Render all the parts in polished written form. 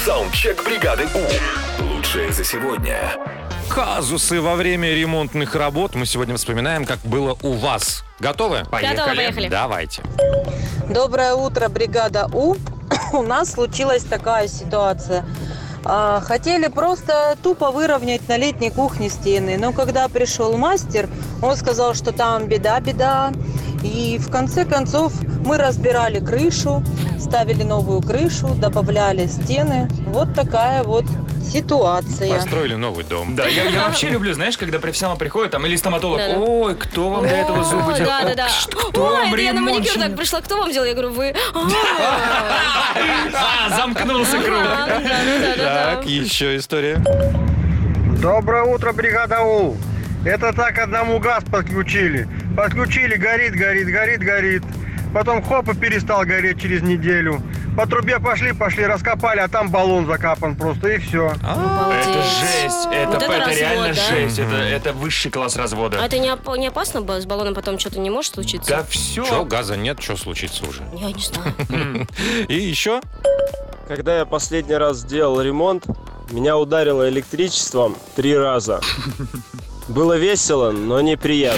Саундчек бригады У. Лучшее за сегодня. Казусы во время ремонтных работ. Мы сегодня вспоминаем, как было у вас. Готовы? Готовы, поехали. Давайте. Доброе утро, бригада У. У нас случилась такая ситуация. Хотели просто тупо выровнять на летней кухне стены. Но когда пришел мастер, он сказал, что там беда. И в конце концов мы разбирали крышу, ставили новую крышу, добавляли стены. Вот такая вот ситуация. Построили новый дом. Да, я вообще люблю, знаешь, когда профессионал приходит, там, или стоматолог, Да-да. ой, кто вам для этого зубы делал? Да. Кто Ой, вам это я на маникюр ремонтчик? так пришла. Кто вам делал? Я говорю, вы. Замкнулся круг. Да. Так, еще история. Доброе утро, бригада У. Это так одному газ подключили. Подключили, горит. Потом хоп, и перестал гореть через неделю. По трубе пошли, раскопали, а там баллон закапан просто, и все. Это жесть, Вот это это развод, реально да? жесть, это высший класс А развода. это не опасно было? С баллоном потом что-то не может случиться? Да все. Че, газа нет, что случится уже? Я не знаю. И еще? Когда я последний раз сделал ремонт, меня ударило электричеством 3 раза. Было весело, но неприятно.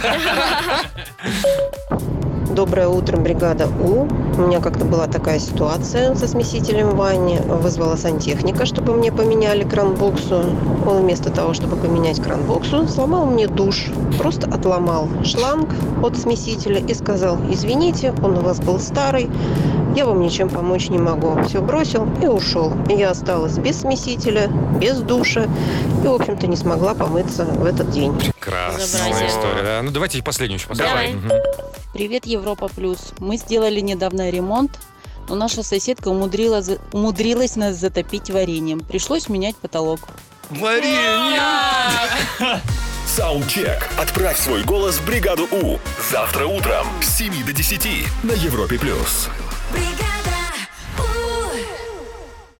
Доброе утро, бригада У. У меня как-то была такая ситуация со смесителем в ванне. Вызвала сантехника, чтобы мне поменяли кран-буксу. Он вместо того, чтобы поменять кран-буксу, сломал мне душ. Просто отломал шланг от смесителя и сказал: извините, он у вас был старый, я вам ничем помочь не могу. Все бросил и ушел. И я осталась без смесителя, без душа и, в общем-то, не смогла помыться в этот день. Красная Безобразие. история. Да. Ну, давайте последнюю еще Давай. поставим. Привет, Европа Плюс. Мы сделали недавно ремонт, но наша соседка умудрилась нас затопить вареньем. Пришлось менять потолок. Варенье! Саундчек. Отправь свой голос в бригаду У. Завтра утром с 7 до 10 на Европе+. Бригада!